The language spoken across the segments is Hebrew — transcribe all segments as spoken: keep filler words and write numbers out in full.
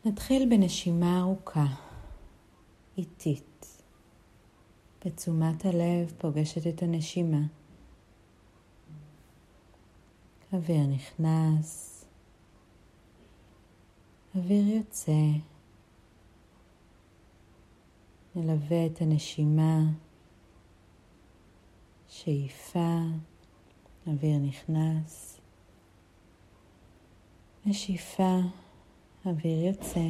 נתחיל בנשימה ארוכה, איטית. בתשומת הלב פוגשת את הנשימה. אוויר נכנס, אוויר יוצא. נלווה את הנשימה, שאיפה, אוויר נכנס, נשיפה, אוויר יוצא,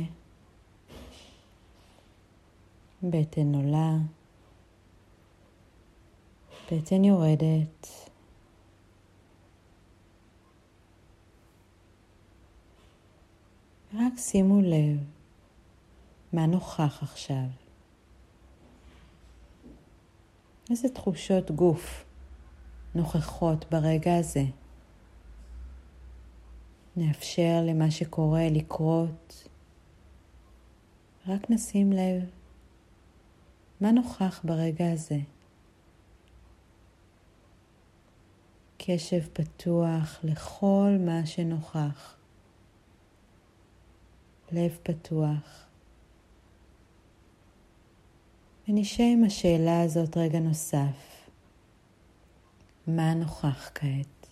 בטן עולה, בטן יורדת, רק שימו לב מה נוכח עכשיו. איזה תחושות גוף נוכחות ברגע הזה. נאפשר למה שקורה לקרות. רק נשים לב מה נוכח ברגע הזה. קשב פתוח לכל מה שנוכח. לב פתוח. ונשאר עם השאלה הזאת רגע נוסף. מה נוכח כעת?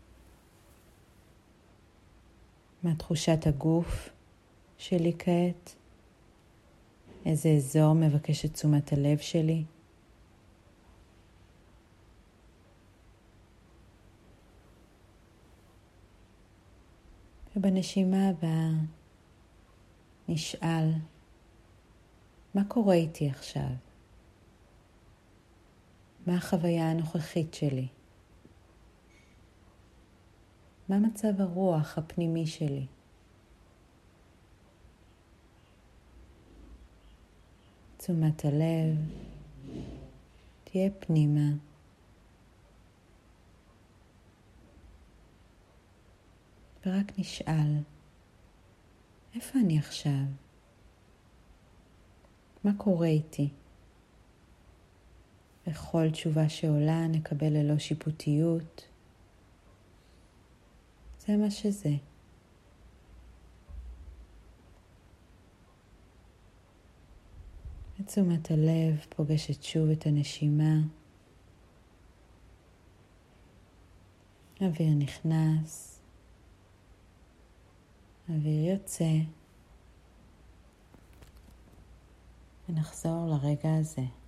מה תחושת הגוף שלי כעת? איזה אזור מבקש את תשומת הלב שלי? ובנשימה הבאה נשאל, מה קורה איתי עכשיו? מה החוויה הנוכחית שלי? מה מצב הרוח הפנימי שלי? תשומת הלב תהיה פנימה. ורק נשאל, איפה אני עכשיו? מה קורה איתי? וכל תשובה שעולה נקבל ללא שיפוטיות. זה מה שזה. תשומת הלב פוגשת שוב את הנשימה. אוויר נכנס. אוויר יוצא. ונחזור לרגע הזה.